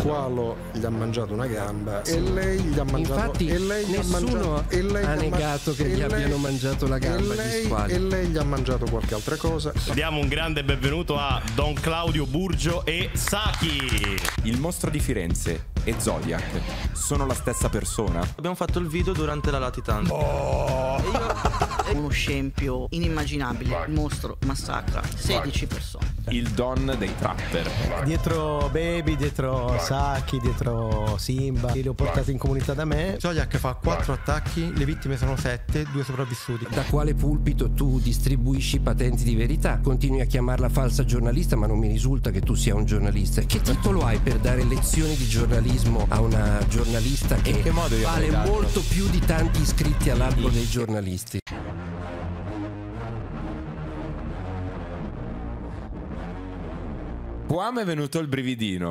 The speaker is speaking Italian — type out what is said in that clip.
Squalo gli ha mangiato una gamba e lei gli ha mangiato. Infatti e lei gli nessuno ha negato che gli abbiano mangiato la gamba gli squali. E lei gli ha mangiato qualche altra cosa. Diamo un grande benvenuto a Don Claudio Burgio e Saki. Il mostro di Firenze e Zodiac sono la stessa persona? Abbiamo fatto il video durante la latitanza. Uno scempio inimmaginabile. Il mostro massacra 16 persone. Il Don dei trapper. Dietro Baby, dietro Saki, dietro Simba. Li ho portati in comunità da me. Zodiac fa 4 attacchi, le vittime sono 7, 2 sopravvissuti. Da quale pulpito tu distribuisci patenti di verità? Continui a chiamarla falsa giornalista, ma non mi risulta che tu sia un giornalista. Che titolo hai per dare lezioni di giornalismo a una giornalista che vale molto più di tanti iscritti all'albo dei giornalisti? Qua mi è venuto il brividino.